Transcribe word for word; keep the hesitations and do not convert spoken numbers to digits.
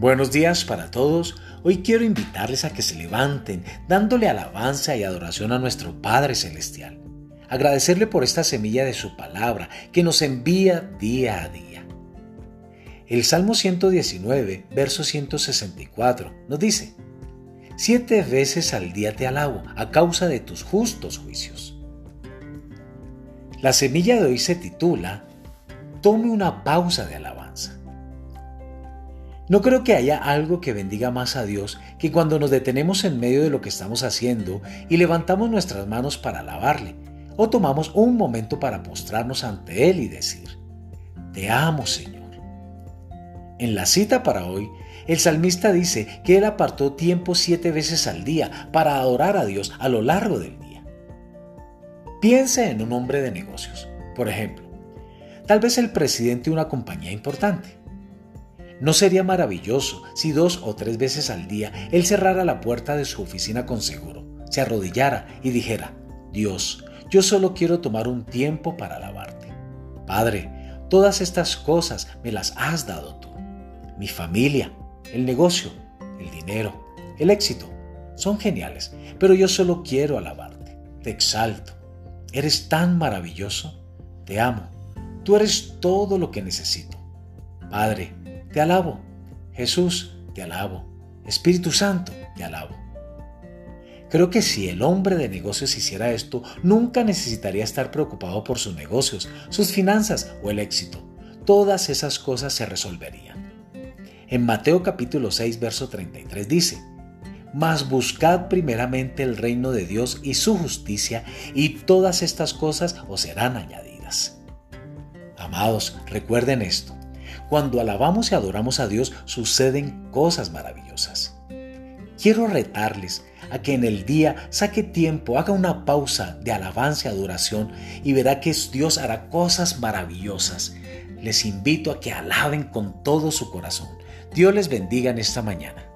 Buenos días para todos. Hoy quiero invitarles a que se levanten dándole alabanza y adoración a nuestro Padre Celestial. Agradecerle por esta semilla de su palabra que nos envía día a día. El Salmo ciento diecinueve, verso ciento sesenta y cuatro, nos dice: Siete veces al día te alabo a causa de tus justos juicios. La semilla de hoy se titula Tome una pausa de alabanza. No creo que haya algo que bendiga más a Dios que cuando nos detenemos en medio de lo que estamos haciendo y levantamos nuestras manos para alabarle, o tomamos un momento para postrarnos ante Él y decir: Te amo, Señor. En la cita para hoy, el salmista dice que él apartó tiempo siete veces al día para adorar a Dios a lo largo del día. Piense en un hombre de negocios, por ejemplo, tal vez el presidente de una compañía importante. ¿No sería maravilloso si dos o tres veces al día él cerrara la puerta de su oficina con seguro, se arrodillara y dijera: Dios, yo solo quiero tomar un tiempo para alabarte. Padre, todas estas cosas me las has dado tú. Mi familia, el negocio, el dinero, el éxito, son geniales, pero yo solo quiero alabarte. Te exalto. Eres tan maravilloso. Te amo. Tú eres todo lo que necesito. Padre, te alabo. Jesús, te alabo. Espíritu Santo, te alabo. Creo que si el hombre de negocios hiciera esto, nunca necesitaría estar preocupado por sus negocios, sus finanzas o el éxito. Todas esas cosas se resolverían. En Mateo capítulo seis, verso treinta y tres dice: Mas buscad primeramente el reino de Dios y su justicia, y todas estas cosas os serán añadidas. Amados, recuerden esto: cuando alabamos y adoramos a Dios, suceden cosas maravillosas. Quiero retarles a que en el día saque tiempo, haga una pausa de alabanza y adoración y verá que Dios hará cosas maravillosas. Les invito a que alaben con todo su corazón. Dios les bendiga en esta mañana.